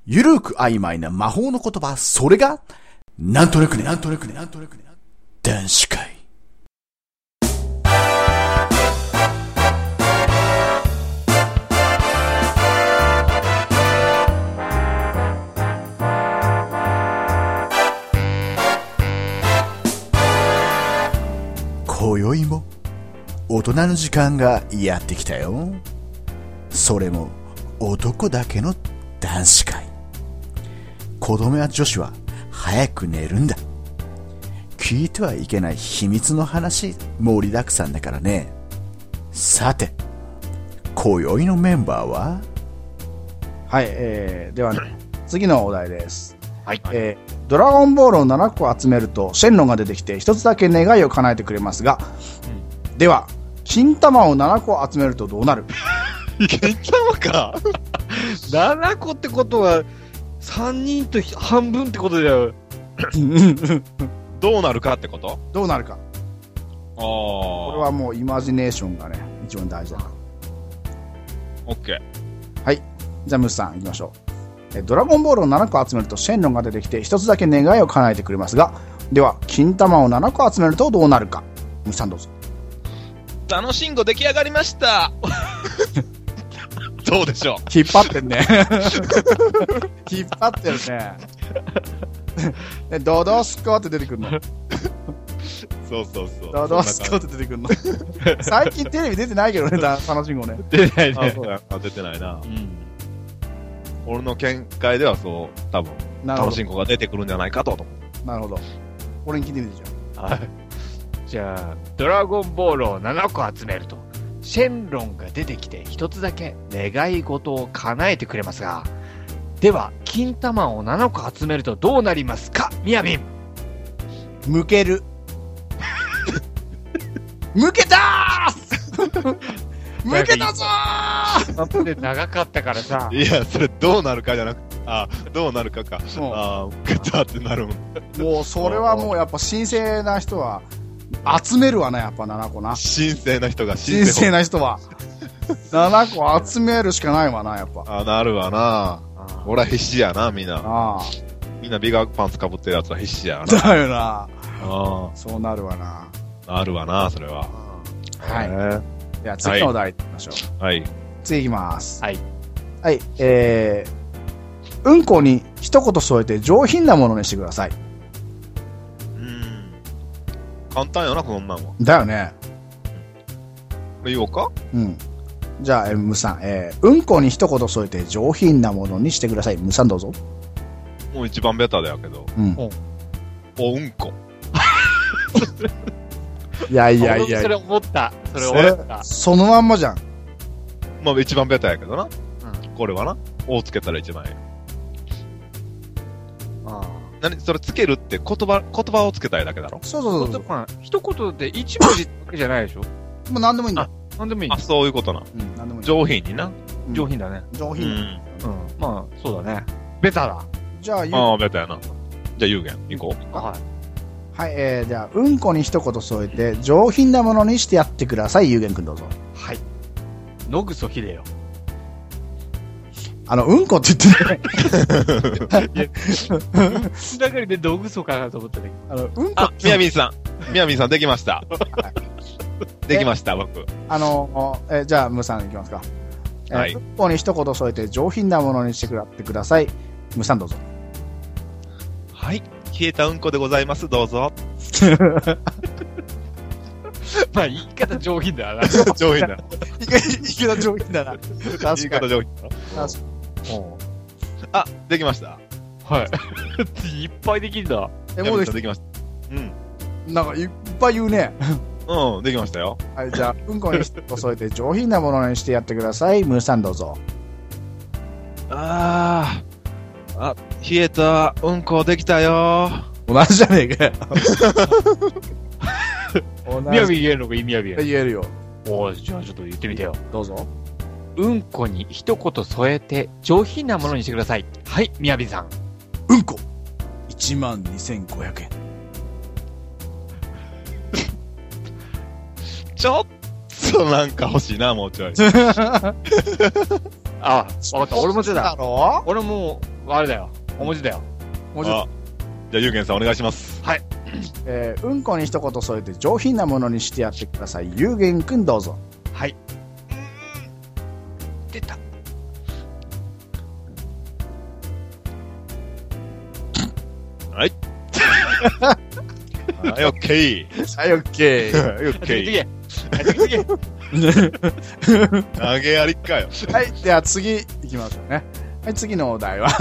ゆるく曖昧な魔法の言葉、それが、なんとなくね、男子会。今宵も大人の時間がやってきたよ。それも男だけの男子会。子供や女子は早く寝るんだ。聞いてはいけない秘密の話盛りだくさんだからね。さて、今宵のメンバーは、 はい、では、ね、次のお題です。 はい。 ドラゴンボールを7個集めるとシェンロンが出てきて一つだけ願いを叶えてくれますが、では金玉を7個集めるとどうなる？ 金玉か7個ってことは3人と半分ってことだよ。どうなるかってこと？ どうなるか。 これはもうイマジネーションがね一番大事だから。 OK。 はい、じゃあムスさん行きましょう。ドラゴンボールを7個集めるとシェンロンが出てきて一つだけ願いを叶えてくれますが、では金玉を7個集めるとどうなるか。ムスさんどうぞ。 楽しんご出来上がりましたどうでしょう。 引っ張ってんね引っ張ってるねドドスコって出てくるの。 そうドドスコって出てくるの最近テレビ出てないけどね、楽しんごね。 出てないね。 出てないな。俺の見解ではそう、多分楽しんごが出てくるんじゃないかと思う。 なるほど。俺に聞いてみてじゃん。 はい。じゃあドラゴンボールを7個集めるとシェンロンが出てきて一つだけ願い事を叶えてくれますが、では金玉を7個集めるとどうなりますか。みやびん。 向ける向けたー向けたぞー。 今まで長かったからさ。 いや、それどうなるかじゃなくて、どうなるかか。向けたってなるもん。 もうそれはもうやっぱ神聖な人は集めるわな、やっぱ7個な。 神聖な人が神聖な人は7個集めるしかないわな、やっぱ。 なるわな。俺は必死やな、みんな。みんなビガーパンツかぶってるやつは必死やな。 だよな。そうなるわな。 なるわな、それは。 はい。では次のお題いきましょう。 はい。 次いきます。 はい。 はい。うんこに一言添えて上品なものにしてください。 簡単やな、こんなんは。 だよね。 言おうか？ うん。じゃあ、ムさん、うんこに一言添えて上品なものにしてください。ムさんどうぞ。 もう一番ベタだけど。 うん。 おうんこ。 いや。 それ思った。 そのまんまじゃん。 まあ一番ベタやけどな。これはな。おつけたら一番ええ。何それつけるって言葉をつけたいだけだろ。 そう。 一言で一文字だけじゃないでしょ。 もう何でもいいんだ。 何でもいい。 そういうことな。 何でもいい。 上品にな。 上品だね。 上品。 まあそうだね。ベタだ。 じゃあベタやな。じゃあ有言行こう。 はい。じゃあうんこに一言添えて上品なものにしてやってください。有言くんどうぞ。 はい。野ぐそひれよ。 うんこって言ってない。 だからで野ぐそかなと思ったんだけど。 うんこ。みやみんさんできました。できました、僕。 じゃあ、ムさんいきますか。 はい。 うんこに一言添えて上品なものにしてください。ムさんどうぞ。 はい。消えたうんこでございます。どうぞ。 まあ、言い方上品だな。 上品だ。 言い方上品だな。 言い方上品だ。できました。 はい。いっぱいできるんだ。 もうできました。 なんかいっぱい言うね。 できましたよ。 はい、じゃあ、うんこに一言添えて上品なものにしてやってください。ムーさんどうぞ。 冷えたうんこできたよ。 同じじゃねえかよ。 みやび言えるのか、みやび言えるよ。 じゃあちょっと言ってみてよ。 どうぞ。 うんこに一言添えて上品なものにしてください。はい、みやびさん。 うんこ12,500円。 ちょっとなんか欲しいな、もうちょい。 わかった。俺も出た。俺もあれだよ。お文字だよ。 文字。 じゃあ、ゆうげんさんお願いします。 はい。 うんこに一言添えて上品なものにしてやってください。ゆうげんくんどうぞ。 はい。出た。 はい。はい、オッケー。 はい、オッケー。 はい、オッケー。 次。 投げやりかよ。 はい、では次行きましょうね。はい、次のお題は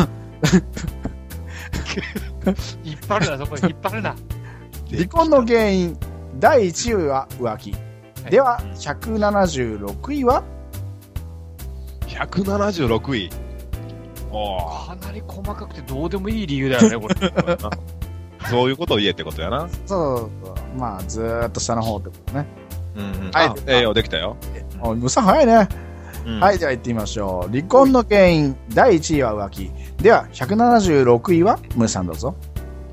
引っ張るな、そこに引っ張るな。 離婚の原因第1位は浮気、では176位は 176位。おー。 かなり細かくてどうでもいい理由だよね、これ。 そういうことを言えってことやな。 そう、まあずーっと下の方ってことね。 うんうん。 はいあ、よ、できたよ。 ムさん早いね。 うん、 はい、では行ってみましょう。離婚の原因第1位は浮気、では176位はムさんどうぞ。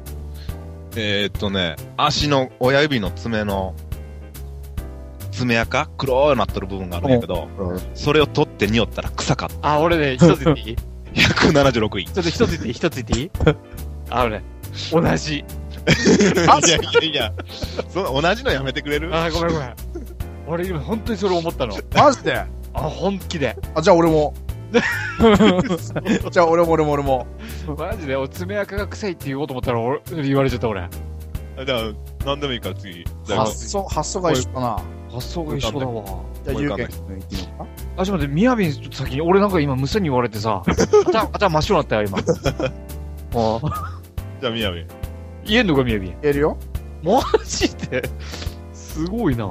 足の親指の爪の爪垢黒いなってる部分があるんやけど、それを取って匂ったら臭かった。 あ、俺ね、一つ言っていい 176位。 ちょっと一つ言っていい一つ言っていいあ、俺、同じ。 いや、同じのやめてくれる？ あ、ごめんごめん。俺今本当にそれ思ったの。 マジで？ あ、本気で。 あ、じゃあ俺も。じゃあ俺も。 マジで、お爪垢が臭いって言おうと思ったら言われちゃった俺。 じゃあ、何でもいいから次。 発想が一緒だな。 発想が一緒だわ。 じゃあ、ゆうけん君言ってみようか。 あ、ちょっと待って、みやびんちょっと先に、俺なんか今、むさに言われてさ、頭真っ白になったよ、今。 じゃあ、みやびん。 言えんのか、みやびん。 言えるよ。 マジで？すごいな。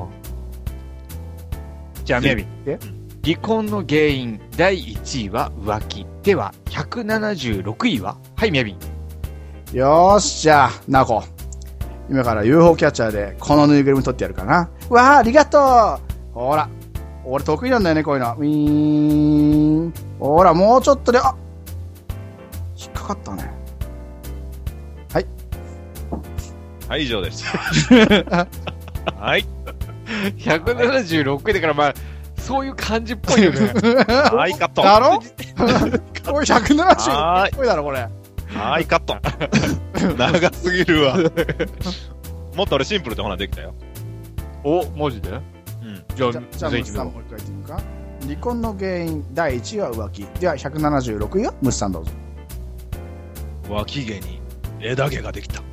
じゃあ、みやびん。離婚の原因第1位は浮気。では、176位は？はい、みやびん。 よーし、じゃあ、なこ。今から UFO キャッチャーでこのぬいぐるみ取ってやるかな。わー、ありがとう。ほら。俺得意なんだよね、こういうの。ウィーン。ほら、もうちょっとで、あ、引っかかったね。はい。 はい、以上です。はい。 176位だから、まあ、そういう感じっぽいよね。 はい、カット。 だろこれ176位っぽいだろ、これ。 はい、カット。長すぎるわ。もっと俺シンプルってほなできたよ。 お、マジで？うん。じゃあ、 じゃあ、ムスさんもう一回言ってみるか。離婚の原因第1位は浮気。では、176位はムスさんどうぞ。 脇毛に枝毛ができた。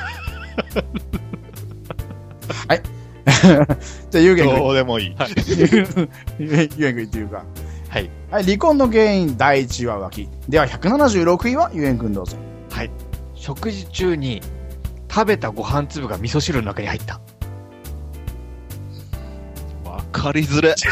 はい。じゃあ、ゆうげん君。 どうでもいい。 ゆうげん君言ってみるか。 はい。 はい、離婚の原因第1位は浮気。では、176位はゆうげん君どうぞ。 はい。食事中に食べたご飯粒が味噌汁の中に入った。 わかりづれ。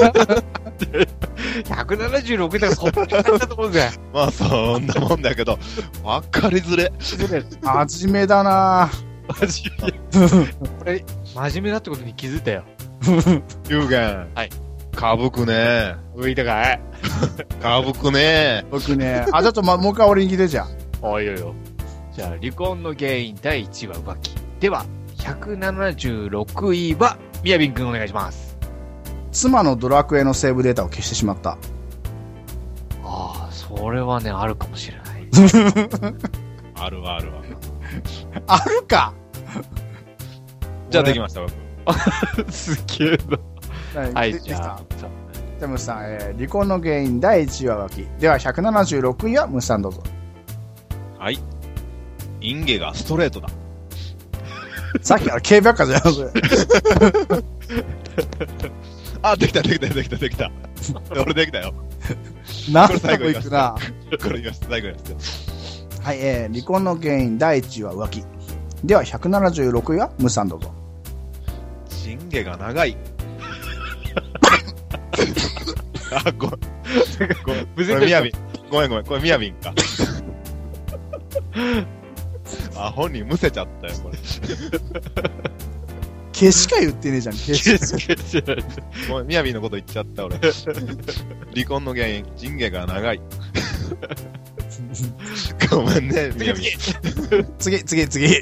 176位だからそんなになったと思うぜ。 まあそんなもんだけど、わかりづれ。 真面目だな真面目。これ、真面目だってことに気づいたよ。 ゆうげん。 はい。 かぶくね浮いたかい？ かぶくね僕ね、あ、ちょっともう一回俺に聞いてじゃん。 あ、いいよ。じゃあ、離婚の原因第1位は浮気。では、176位は、みやびんくんお願いします。 妻のドラクエのセーブデータを消してしまった。 ああ、それはね、あるかもしれない。 あるわ、あるわ。 あるかじゃあできました、 僕。すげえな。はい、じゃあ。 じゃあ、ムスさん、離婚の原因第1位は浮気。では、176位はムスさんどうぞ。 はい。インゲがストレートだ。 さっきから軽ばっかじゃん、それ。 あ、できた。俺できたよ。 何ともいくな。 これ言います、最後ですよ。 はい、離婚の原因第1位は浮気。では、176位はムスさんどうぞ。 チンゲが長い。あ、ごめん。これみやびん。ごめん。これみやびんか。あ、本人むせちゃったよ、これ。 毛しか言ってねえじゃん、毛しか。 ごめん、みやびんのこと言っちゃった、俺。離婚の原因、チンゲが長い。ごめんね、みやびん。 次。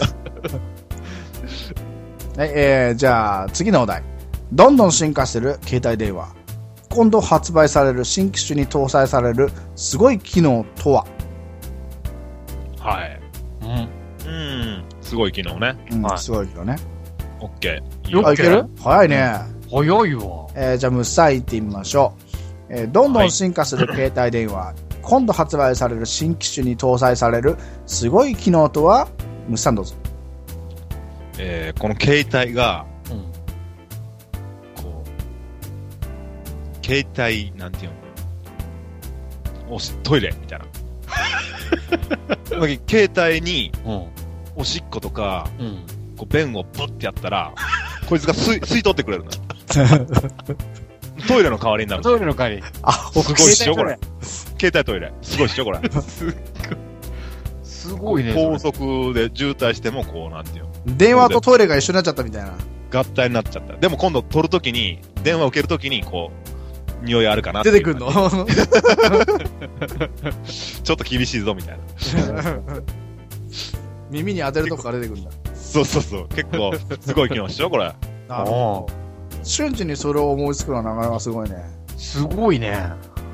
はい、じゃあ、次のお題。どんどん進化してる携帯電話。今度発売される新機種に搭載されるすごい機能とは？ はい。 うん。 すごい機能ね。 うん、 はいすごいけどね。 オッケー。 よあ、いける早いね。 早いわ。 じゃあ、ムッサイ行ってみましょう。どんどん進化する携帯電話。今度発売される新機種に搭載されるすごい機能とは、ムッサンどうぞ。 この携帯が、 うん。 こう、携帯、なんていうのトイレみたいな。携帯に、 うん。 おしっことか、 うん。 こう便をブッてやったら、こいつが吸い取ってくれるのよ。トイレの代わりになる。 トイレの代わり。 あ、 すごいっしょ、これ。携帯トイレ。すごいっしょ、これ。 すごいね。 高速で渋滞しても、こう、なんていうの電話とトイレが一緒になっちゃったみたいな。 合体になっちゃった。でも今度取るときに、電話を受けるときに、こう、匂いあるかなっていう出てくんのちょっと厳しいぞ、みたいな。 耳に当てるとこから出てくるんだ。 そうそうそう。結構、すごい機能っしょ、これ。 なるほど。瞬時にそれを思いつくのはなかなかすごいね。 すごいね。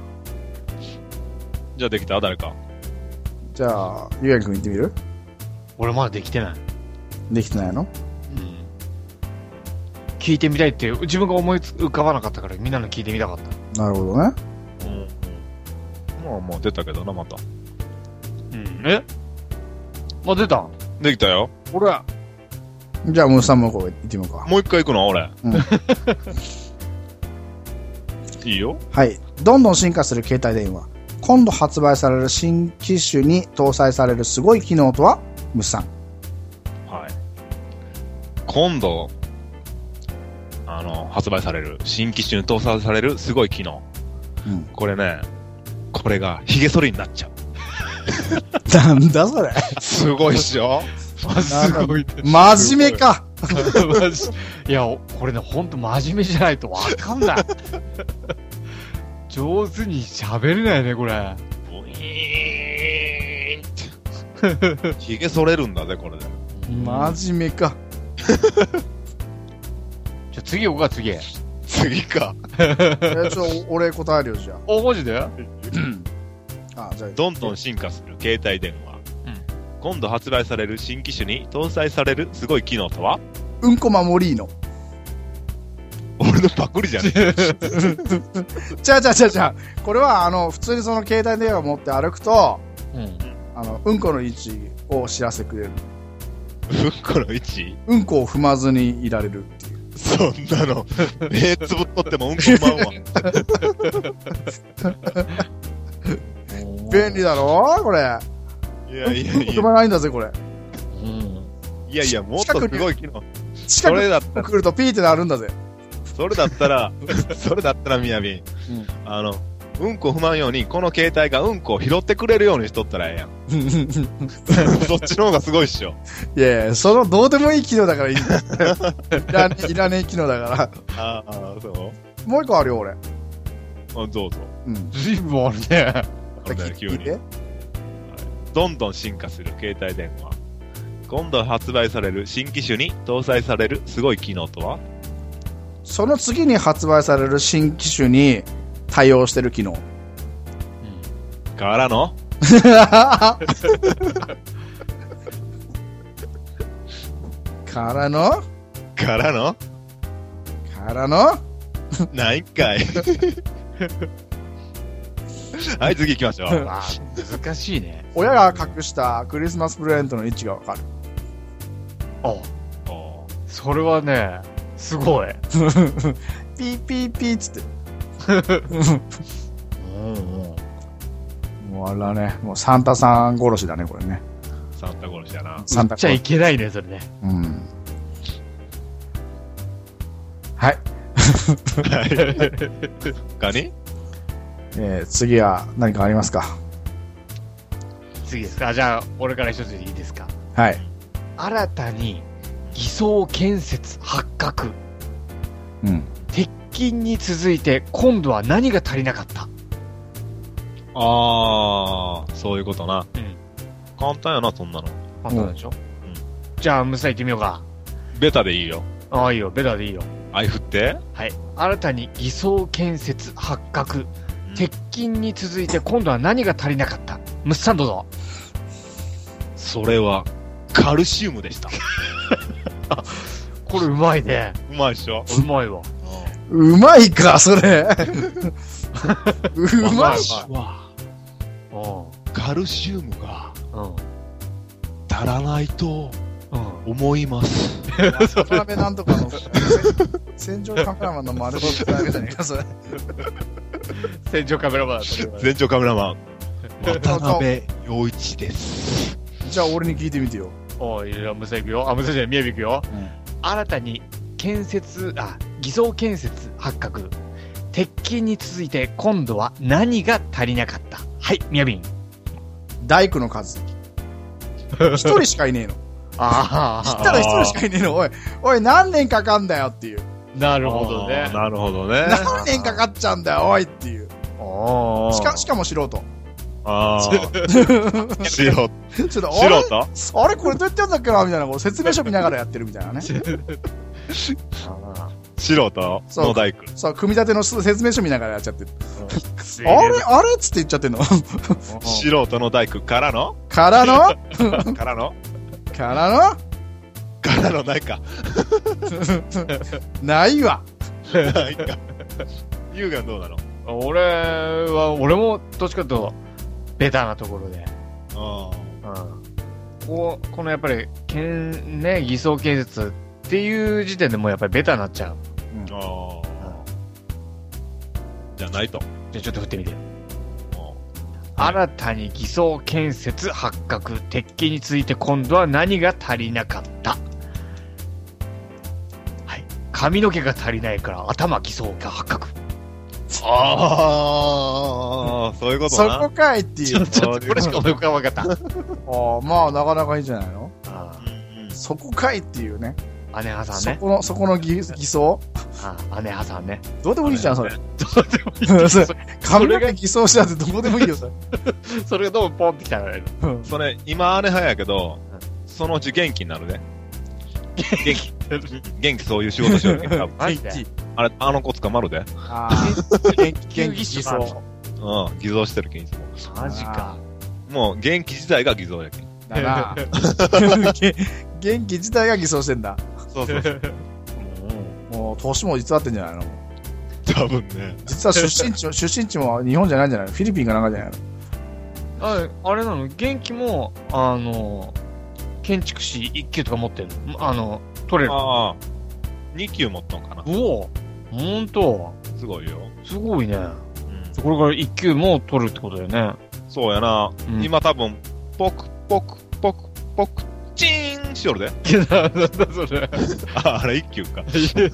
じゃあできた誰か。 じゃあ、ゆうやくん行ってみる？ 俺まだできてない。 できてないの？ うん。聞いてみたいって自分が思い浮かばなかったからみんなの聞いてみたかった。 なるほどね。 まあもう出たけどな、また。 うん。えあ、出た。 できたよ。 俺。 じゃあ、ムーさんもこう行ってみようか。 もう一回行くの俺。 うんいいよ。 はい。どんどん進化する携帯電話。今度発売される新機種に搭載されるすごい機能とは？ムーさん。 はい。今度、発売される、新機種に搭載されるすごい機能。 うん。 これね、これが髭剃りになっちゃう。 なんだそれ。 すごいっしょすごい。 真面目か。 いや、これね、ほんと真面目じゃないとわかんない。上手に喋れないね、これ。 ブイーンって。髭剃れるんだぜ、これで。 真面目か。 じゃあ次行こうか、次。 次か。 俺答えるよ、じゃお、マジであ。あ、じゃあ。 どんどん進化する携帯電話。今度発売される新機種に搭載されるすごい機能とは？ うんこ守りーの。 俺のパクリじゃねえ。 じゃあ。これは、普通にその携帯電話を持って歩くと、うんこの位置を知らせてくれる。 うんこの位置？ うんこを踏まずにいられるっていう。 そんなの、目つぶっとってもうんこ踏まんわ。 便利だろこれ。 いや、 踏まないんだぜ、これ。 いやいや、もっとすごい機能。 近くに来るとピーってなるんだぜ。 それだったら、みやびん。うんこ踏まんように、この携帯がうんこを拾ってくれるようにしとったらええやん。そっちの方がすごいっしょ。 いやいや、どうでもいい機能だからいいんだよ。いらねえ機能だから。 ああ、そうもう一個あるよ、俺。 あ、どうぞ。 随分あるね。 急に。どんどん進化する携帯電話。今度発売される新機種に搭載されるすごい機能とは？ その次に発売される新機種に対応してる機能。 からのからのないんかい。はい、次行きましょう。 あ、難しいね。 親が隠したクリスマスプレゼントの位置がわかる。 あ、それはね、すごい。 ピーピーピーっつって。もうあれだね。もうサンタさん殺しだね、これね。 サンタ殺しやな。 言っちゃいけないね、それね。 はい。 他に？ 次は何かありますか？ 次ですか？じゃあ、俺から一つでいいですか？ はい。 新たに偽装建設発覚。鉄筋に続いて今度は何が足りなかった？ あー、そういうことな。簡単やな、そんなの。 簡単でしょ？じゃあ、ムサ行ってみようか。 ベタでいいよ。 ああ、いいよ。ベタでいいよ。 あい振って。 はい。新たに偽装建設発覚。鉄筋に続いて今度は何が足りなかった？ムッサンどうぞ。 それは、カルシウムでした。 これうまいね。 うまいっしょ？ うまいわ。 うまいか、それ。うまい。 カルシウムがうん。 足らないとうん。 思います。 渡辺なんとかの戦場カメラマンの丸ごとだけじゃねえか、それ。 戦場カメラマン。 全長カメラマン、渡辺陽一です。 じゃあ俺に聞いてみてよ。 おい、ムサ行くよ。あ、ムサじゃない、宮部行くよ。新たに偽装建設発覚。鉄筋に続いて今度は何が足りなかった？はい、宮部。 大工の数。一人しかいねえの。 あ知ったら一人しかいねえの。おい、何年かかんだよっていう。 なるほどね。 なるほどね。 何年かかっちゃうんだよ、おいっていう。しかも素人。 ああ。素人。 ちょっと、 素人あれこれどうやってやんだっけなみたいな、こう説明書見ながらやってるみたいなね。 素人の大工。 そう、組み立ての説明書見ながらやっちゃってる。あれっつって言っちゃってんの。 素人の大工からのからのないか。 ないわ。 ないか。ゆうがんどうなの？ 俺もどっちかというと、ベタなところで。このやっぱり、偽装建設っていう時点でもうやっぱりベタになっちゃう。 じゃないと。 じゃあちょっと振ってみて。新たに偽装建設発覚。鉄筋について今度は何が足りなかった？はい。髪の毛が足りないから頭偽装が発覚。 ああ、そういうことな。 そこかいっていう。 ちょっとこれしか思い浮かばなかった。 まあなかなかいいんじゃないの？そこかいっていうね。 姉派さんね。 そこの偽装？ 姉派さんね。 どうでもいいじゃん、それ。 どうでもいい。 髪の毛偽装したってどこでもいいよ、それ。 それがどうもポンってきたらね。 それ、今姉派やけど、そのうち元気になるね。元気そういう仕事しよるけど、 マジで？ あの子捕まるで。 元気偽装。 偽造してるけん。 マジか。 もう元気自体が偽造やけん。 だな。元気自体が偽装してんだ。 そうそうそう。 もう、年も偽ってんじゃないの？ 多分ね。 実は出身地も日本じゃないんじゃないの？フィリピンかなんかじゃないの？あれなの？元気も、建築士1級とか持ってるの？取れる。 2級持ったのかな？ おぉ。ほんと。 すごいよ。 すごいね。これから1級も取るってことだよね。 そうやな。今多分、ポク、チーンしよるで。 なんだそれ。 あれ1級か。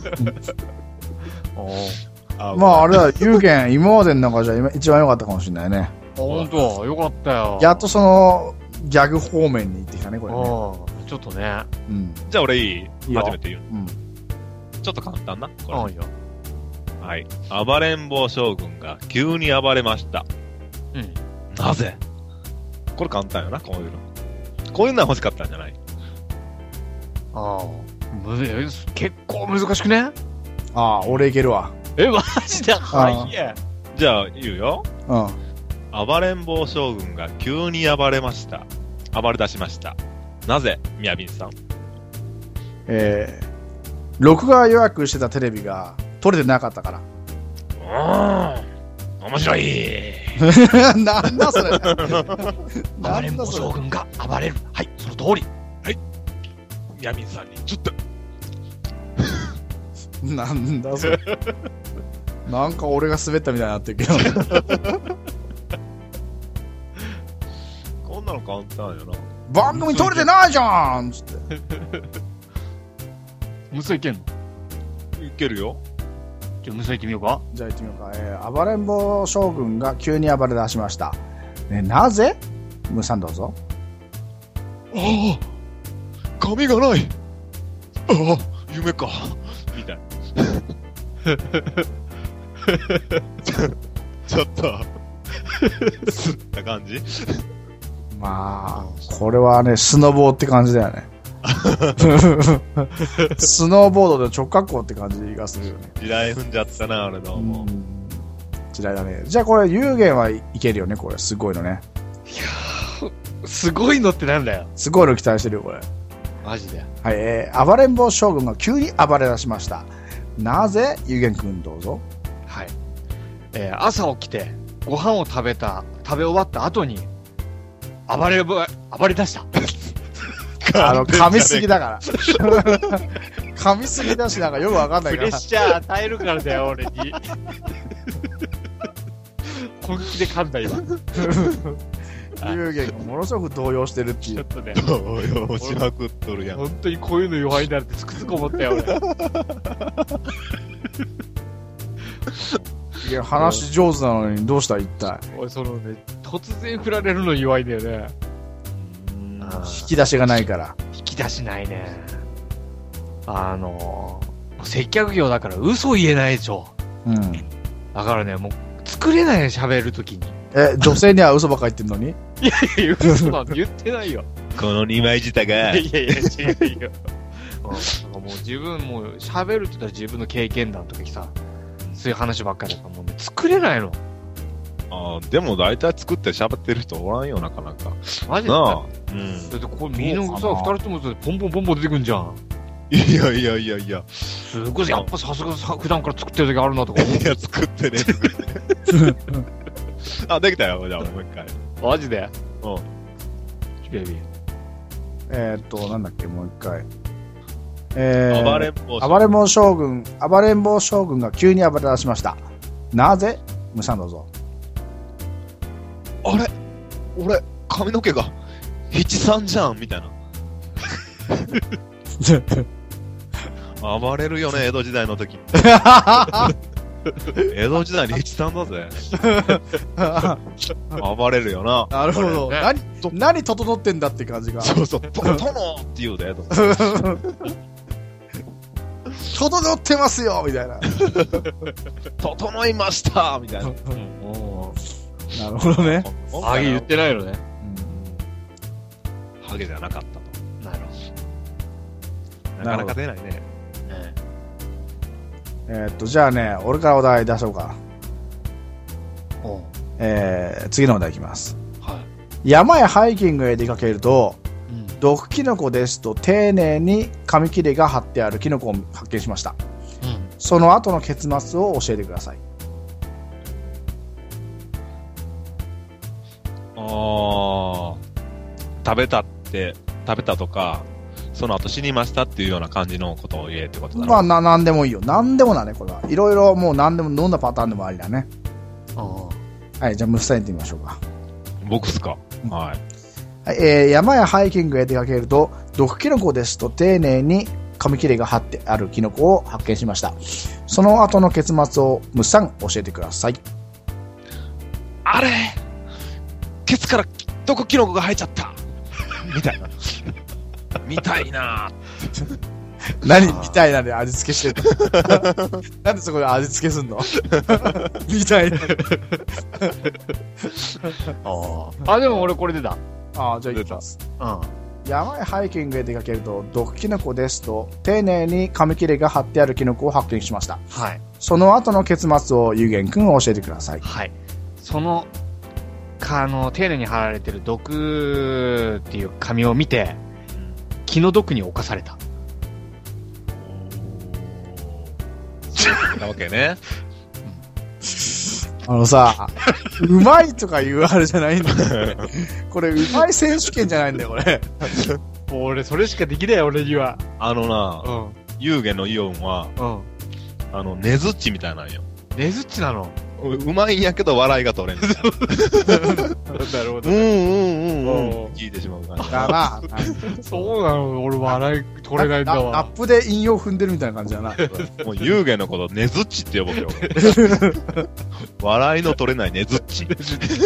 まああれだ、有限、今までの中じゃ一番良かったかもしれないね。 ほんと、よかったよ。 やっとその、ギャグ方面に行ってきたね、これね。 ちょっとね。 じゃあ俺いい？初めて言う。ちょっと簡単な。これ。はい。暴れん坊将軍が急に暴れました。なぜ？これ簡単よな、こういうの。こういうのは欲しかったんじゃない？ 結構難しくね？ 俺いけるわ。 マジで？はいや。 じゃあ言うよ。暴れん坊将軍が急に暴れ出しました。なぜ、みやびんさん？ 録画予約してたテレビが撮れてなかったから。 面白い。 なんだそれ。 暴れん坊将軍が暴れる。はい、その通り。 はい。みやびんさんにちょっと。 なんだそれ。なんか俺が滑ったみたいになってるけど。 こんなの簡単よな。 番組撮れてないじゃんつって。 無双いけんの？ いけるよ。 じゃあ無双行ってみようか。 じゃあ行ってみようか。暴れん坊将軍が急に暴れ出しました。なぜ？ムーさんどうぞ。 髪がない。夢か。みたい。ちょっと、すった感じ？ まあ、これはね、スノボーって感じだよね。スノーボードで直角行って感じがするよね。 時代踏んじゃったな、俺どうも。 時代だね。じゃあこれ、有限はいけるよね、これ。すごいのね。 いやすごいのってなんだよ。 すごいの期待してるよ、これ。 マジで。 はい、暴れん坊将軍が急に暴れ出しました。なぜ？ゆうげんくんどうぞ。 はい。朝起きて、ご飯を食べ終わった後に、暴れ出した。 噛みすぎだから。噛みすぎだし、なんかよくわかんないから。 プレッシャー与えるからだよ、俺に。本気で噛んだ、今。 ゆうげんがものすごく動揺してるっていう。ちょっとね。 動揺しまくっとるやん。 本当にこういうの弱いんだってつくづく思ったよ、俺。 いや、話上手なのにどうした一体。 俺、突然振られるの弱いんだよね。 引き出しがないから。 引き出しないね。接客業だから嘘言えないでしょ。 うん。 だからね、もう、作れないよ、喋るときに。 女性には嘘ばっかり言ってんのに？ いやいや、嘘なんて言ってないよ。 この二枚舌が。 いやいや、違うよ。もう自分、もう喋るって言ったら自分の経験談とかさ、そういう話ばっかりだからもうね、作れないの。 でも大体作って喋ってる人おらんよ、なかなか。 マジで？ なあ。 うん。だってこれみんなさ、二人ともポンポンポンポン出てくんじゃん。 いや。 すごい、やっぱさすが普段から作ってる時あるなとか思う。 いや、作ってね。できたよ、じゃあもう一回。 マジで？ うん。 ベビー。なんだっけ、もう一回。 暴れん坊将軍が急に暴れ出しました。なぜ？ムさんどうぞ。 あれ俺、髪の毛が、七三じゃんみたいな。暴れるよね、江戸時代の時。江戸時代に七三だぜ。暴れるよな。 なるほど。何整ってんだって感じが。 そう。殿って言うで。 整ってますよみたいな。 整いましたみたいな。 なるほどね。 ハゲ言ってないのね。 ハゲじゃなかったと。 なるほど。なかなか出ないね。 じゃあね、俺からお題出そうか。次のお題いきます。 はい。 山へハイキングへ出かけると、毒キノコですと丁寧に紙切れが貼ってあるキノコを発見しました。その後の結末を教えてください。 食べたとか、その後死にましたっていうような感じのことを言えってことだろ。 まあなんでもいいよ。なんでもだね、これは。いろいろもうなんでも、どんなパターンでもありだね。はい、じゃあムスさん言ってみましょうか。 僕っすか。はい。 山やハイキングへ出かけると、毒キノコですと丁寧に紙切れが貼ってあるキノコを発見しました。その後の結末をムスさん教えてください。 あれケツから毒キノコが生えちゃったみたいな。みたいな何みたいなで味付けしてるなんでそこで味付けすんのみたいなでも俺これでだ。 じゃあいきます。山へハイキングへ出かけると毒キノコですと丁寧に紙切れが貼ってあるキノコを発見しました。 はい。 その後の結末をゆうげんくん教えてください。 はい。丁寧に貼られてる毒っていう紙を見て気の毒に侵された。 なわけね。 さ、うまいとか言うあれじゃないんだよ。これ、うまい選手権じゃないんだよ、これ。 もう俺、それしかできないよ、俺には。 幽玄のイオンは、ねずっちみたいなんよ。 ねずっちなの？ うまいんやけど笑いが取れんみたいな。なるほど。聞いてしまう感じ。 だな。 そうなの、俺笑い取れないんだわ。 ラップで引用踏んでるみたいな感じだな。 もう幽玄のことねずっちって呼ぼうよ。笑いの取れないねずっち。いやね、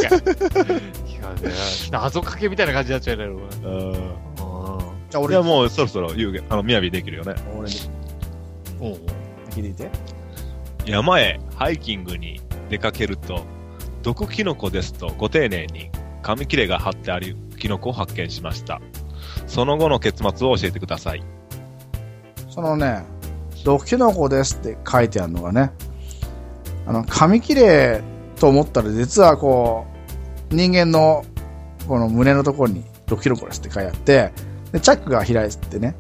謎かけみたいな感じになっちゃうね。 じゃあ俺。 いやもうそろそろ幽玄、みやびできるよね。 俺で。聞いていて。 山へハイキングに出かけると、毒キノコですとご丁寧に紙切れが貼ってあるキノコを発見しました。その後の結末を教えてください。 そのね、毒キノコですって書いてあるのがね、紙切れと思ったら実はこう、人間のこの胸のところに毒キノコですって書いてあって、で、チャックが開いてね。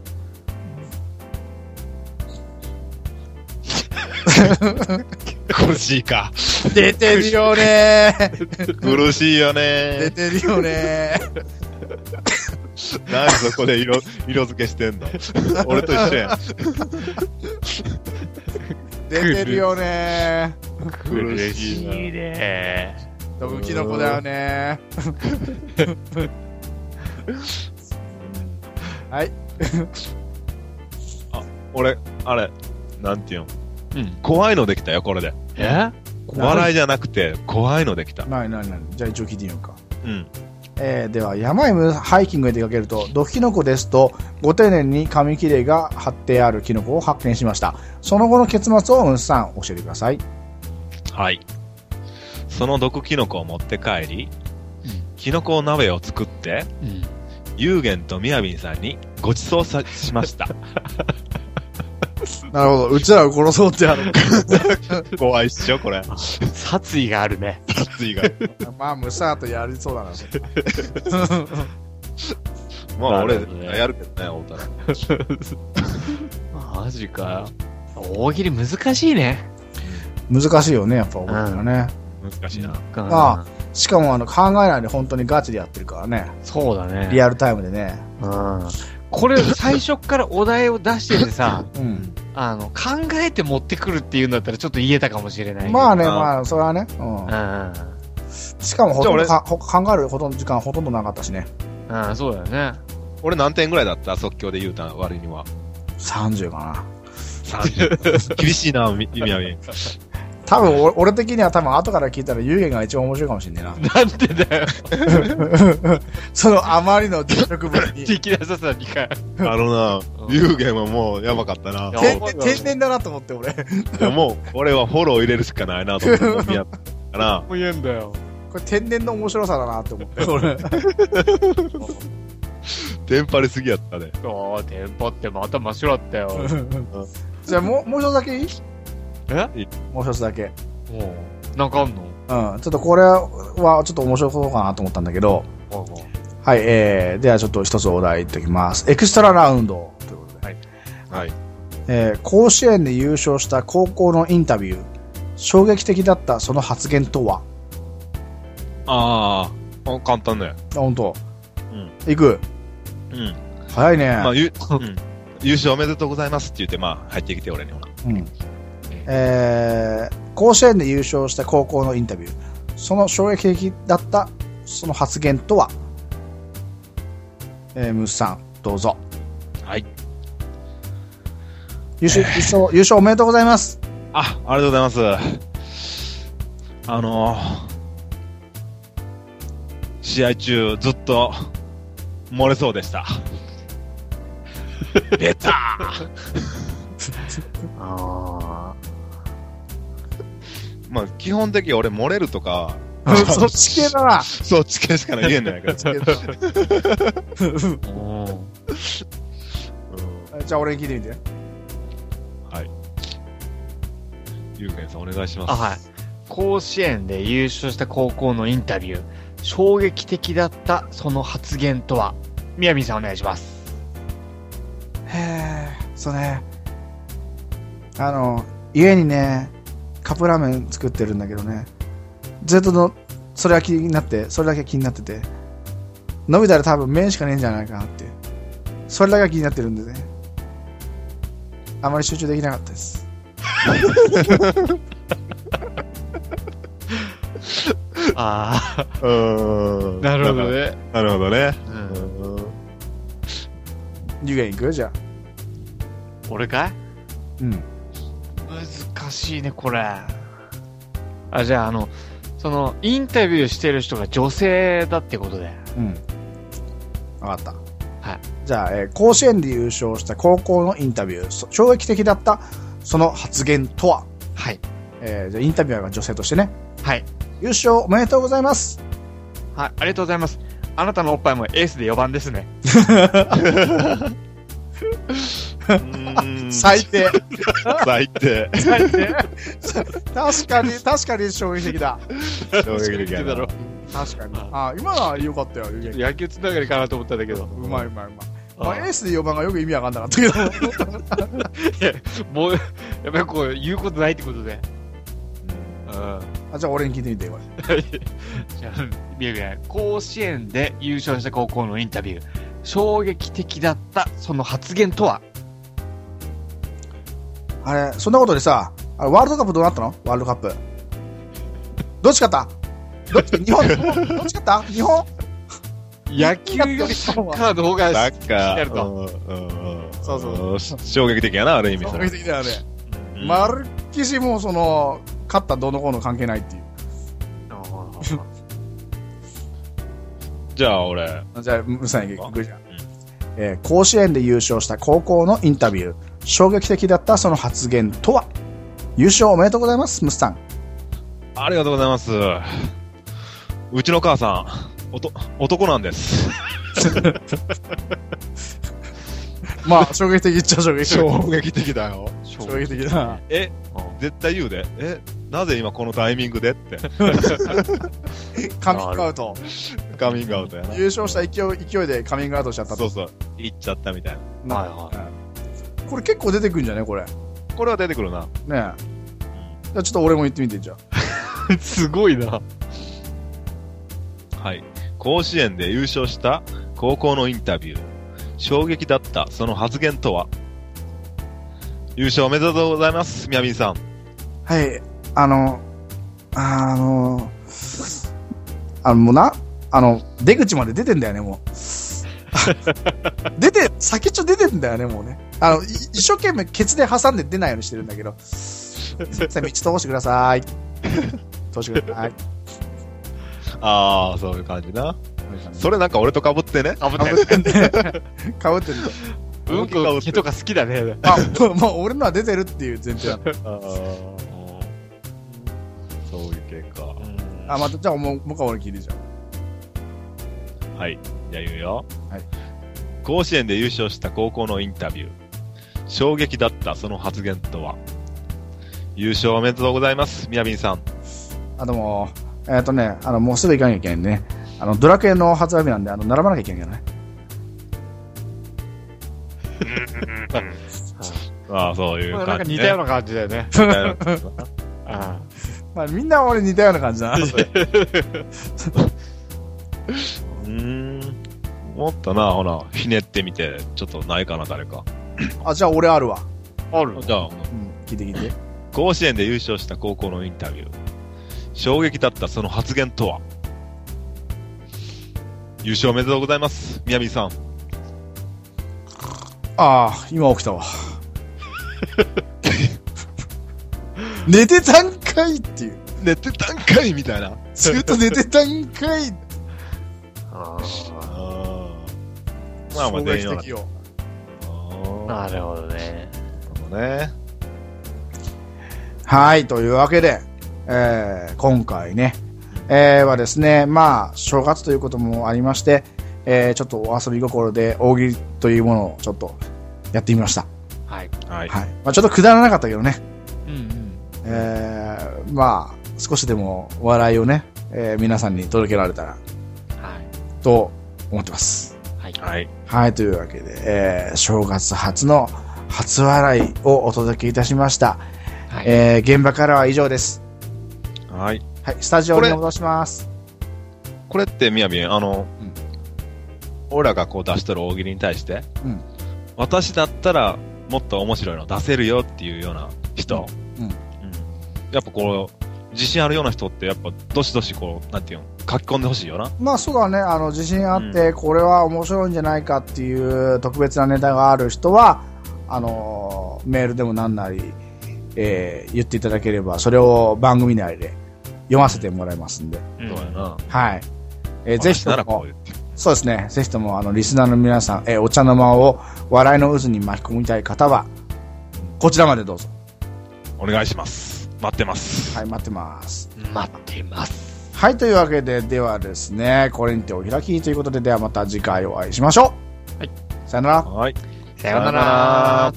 苦しいか。 出てるよねー。 苦しいよね出てるよねー。なんでそこで色付けしてんの俺と一緒やん。 出てるよね苦しいねー。毒キノコだよねー。はい。 俺、あれ、なんていうの、怖いのできたよ、これで。笑いじゃなくて、怖いのできた。 なに。じゃあ一応聞いてみようか。 うん。 では、山へハイキングへ出かけると、毒キノコですと、ご丁寧に紙切れが貼ってあるキノコを発見しました。その後の結末を、さん、教えてください。 はい。その毒キノコを持って帰り、キノコ鍋を作って、ユーゲンとみやびんさんにごちそうしました。 なるほど。うちらを殺そうってある。 怖いっしょ、これ。 殺意があるね。 殺意が。 まあ、ムサーとやりそうだな。 まあ、俺、やるけどね、大田マジか。大喜利難しいね。 難しいよね、やっぱ、大喜利はね。 難しいな。 まあ、しかも考えないで本当にガチでやってるからね。 そうだね。 リアルタイムでね。 これ、最初からお題を出しててさ、考えて持ってくるっていうんだったらちょっっと言えたかもしれない。 まあね、まあ、それはね。しかもほとんど考える時間ほとんどなかったしね。 そうだよね。 俺何点ぐらいだった即興で言うた割には。 30かな。 30。厳しいな、みやびん。 多分、俺的には多分後から聞いたら有限が一番面白いかもしんねえな。 なんでだよ。 そのあまりの実力ぶりに。 できなささにか。 有限はもうやばかったな。 天然だなと思って俺。 いやもう、俺はフォロー入れるしかないなと思って、やったかな。 もう言えんだよ。 これ天然の面白さだなって思って、俺。 テンパりすぎやったね。 テンパってまた真っ白だったよ。 じゃあもう一つだけいい？もう一つだけ。 なんかあんの？ちょっとこれはちょっと面白そうかなと思ったんだけど。はい、ではちょっと一つお題言っておきます。エクストララウンドということで。 はい。 甲子園で優勝した高校のインタビュー。衝撃的だったその発言とは？ 簡単だよ。 本当。行く。早いね。 まあ、優勝おめでとうございますって言って、まあ、入ってきて、俺には。 甲子園で優勝した高校のインタビュー。その衝撃的だったその発言とは？ムスさん、どうぞ。 はい。 優勝おめでとうございます。 ありがとうございます。試合中ずっと漏れそうでした。出たまあ、基本的に俺漏れるとか。 そっち系だな。 そっち系しか言えないから。じゃあ俺に聞いてみて。 はい。ゆうけんさんお願いします。 はい。甲子園で優勝した高校のインタビュー。衝撃的だったその発言とは？みやみさんお願いします。 そうね。家にね、カップラーメン作ってるんだけどね。ずっとそれが気になって、それだけ気になってて。伸びたら多分麺しかねえんじゃないかなって。それだけが気になってるんでね。あまり集中できなかったです。 なるほどね。 なるほどね。 湯気行く？じゃあ。 俺かい？難しいね、これ。じゃあ、その、インタビューしてる人が女性だってことで。 わかった。 はい。 じゃあ、甲子園で優勝した高校のインタビュー。衝撃的だったその発言とは？ はい。 じゃあインタビュアーが女性としてね。 はい。 優勝おめでとうございます。 はい、ありがとうございます。あなたのおっぱいもエースで4番ですね。 最低。 最低。 確かに衝撃的だ。 衝撃的だろ。 確かに。今のは良かったよ。 野球つながりかなと思ったんだけど。 うまい。まあ、エースで4番がよく意味わかんなかったけど。いや、もう、やっぱりこう、言うことないってことで。 じゃあ俺に聞いてみてよ。 じゃあ、宮城甲子園で優勝した高校のインタビュー。衝撃的だったその発言とは？ あれ、そんなことでさ、ワールドカップどうなったの？ワールドカップ。どっち勝った？日本どっち勝った日本野球よりサッカーの方がサッカー。 そう。 衝撃的やな、ある意味。 衝撃的だよね。まるっきしもう勝ったどうのこうの関係ないっていう。 じゃあ俺。 じゃあ、ムさん行くじゃん。甲子園で優勝した高校のインタビュー。衝撃的だったその発言とは？優勝おめでとうございます、ムスさん。 ありがとうございます。うちの母さん、男なんです。 まあ、衝撃的っちゃ衝撃的。 衝撃的だよ。 衝撃的だな。 絶対言うで。なぜ今このタイミングでって。 カミングアウト。 カミングアウトやな。 優勝した勢いでカミングアウトしちゃったと。 そう。言っちゃったみたいな。 はい。これ結構出てくるんじゃねこれ。 これは出てくるな。 ねえ。じゃあちょっと俺も言ってみて、じゃあ。 すごいな。 はい。甲子園で優勝した高校のインタビュー。衝撃だったその発言とは？優勝おめでとうございます、みやびんさん。 はい。もうな、出口まで出てんだよね、もう。先っちょ出てんだよね、もうね。一生懸命ケツで挟んで出ないようにしてるんだけど。道通してください。通してください。 ああ、そういう感じな。それなんか俺と被ってね。 被ってんね。被ってる。 うんこ毛とか好きだね。 まあ、俺のは出てるっていう前提だ。 そういう系か。 また、じゃあもう一回俺聞いてじゃん。はい。じゃあ言うよ。 はい。 甲子園で優勝した高校のインタビュー。衝撃だったその発言とは？優勝おめでとうございます、みやびんさん。 どうも、もうすぐ行かなきゃいけないんでね。ドラクエの発売日なんで、並ばなきゃいけないからね。 そういう感じ、ね。 なんか似たような感じだよね。 まあ、みんな俺似たような感じだな。 もっとな、ほら、ひねってみて、ちょっとないかな、誰か。 じゃあ俺あるわ。 ある。 じゃあ、 聞いて。 甲子園で優勝した高校のインタビュー。衝撃だったその発言とは？優勝おめでとうございます、みやびさん。 今起きたわ。寝てたんかいっていう。 寝てたんかいみたいな。 ずっと寝てたんかい。 まあまあ、 衝撃的よ。 なるほどね。 はい、というわけで、今回ね、はですね、まあ、正月ということもありまして、ちょっとお遊び心で大喜利というものをちょっとやってみました。 はい。 はい。まあ、ちょっとくだらなかったけどね。 うんうん。まあ、少しでも笑いをね、皆さんに届けられたら、と思ってます。 はい。 はい。 はい、というわけで、正月初の初笑いをお届けいたしました。はい。現場からは以上です。 はい。 はい、スタジオに戻します。 これってみやびん、俺らがこう出しとる大喜利に対して、私だったらもっと面白いの出せるよっていうような人、やっぱこう、自信あるような人ってやっぱどしどしこう、なんていうの、書き込んでほしいよな。 まあそうだね、自信あって、これは面白いんじゃないかっていう特別なネタがある人は、メールでもなんなり、言っていただければ、それを番組内で読ませてもらいますんで。 そうやな。 はい。ぜひとも、そうですね、ぜひともリスナーの皆さん、お茶の間を笑いの渦に巻き込みたい方は、こちらまでどうぞ。 お願いします。待ってます。 はい、待ってます。 待ってます。 はい、というわけで、ではですね、これにてお開きということで、ではまた次回お会いしましょう。 はい。 さよなら。 はい。 さよなら。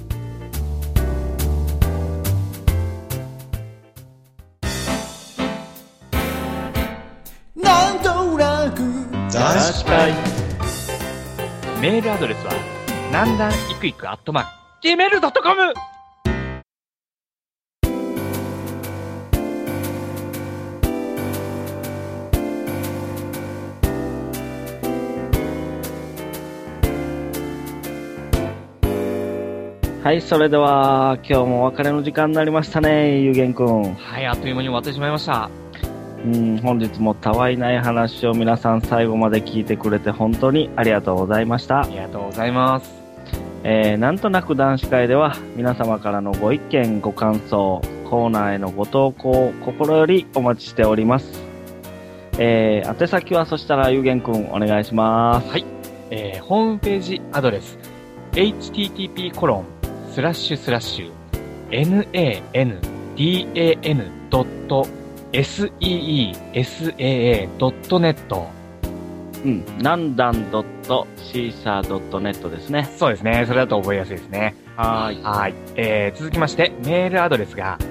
なんと男子会。メールアドレスは、なんだんいくいく@gmail.com。 はい、それでは、今日もお別れの時間になりましたね、ゆうげんくん。 はい、あっという間に終わってしまいました。 本日もたわいない話を皆さん最後まで聞いてくれて本当にありがとうございました。 ありがとうございます。 なんとなく男子会では皆様からのご意見、ご感想、コーナーへのご投稿を心よりお待ちしております。宛先はそしたらゆうげんくんお願いします。 はい、ホームページアドレス http://nandan.seesaa.net なんだん .caesar.net ですね。 そうですね。それだと覚えやすいですね。 はい。 続きまして、メールアドレスが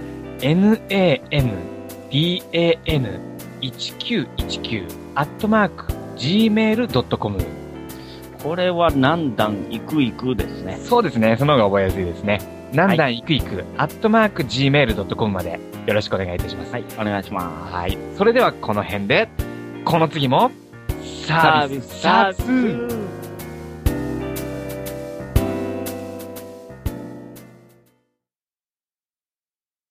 nandan1919@gmail.com。 これはなんだんいくいくですね。 そうですね。その方が覚えやすいですね。なんだんいくいく@gmail.com までよろしくお願いいたします。 はい、お願いします。 はい。それではこの辺で、この次も、 サービス。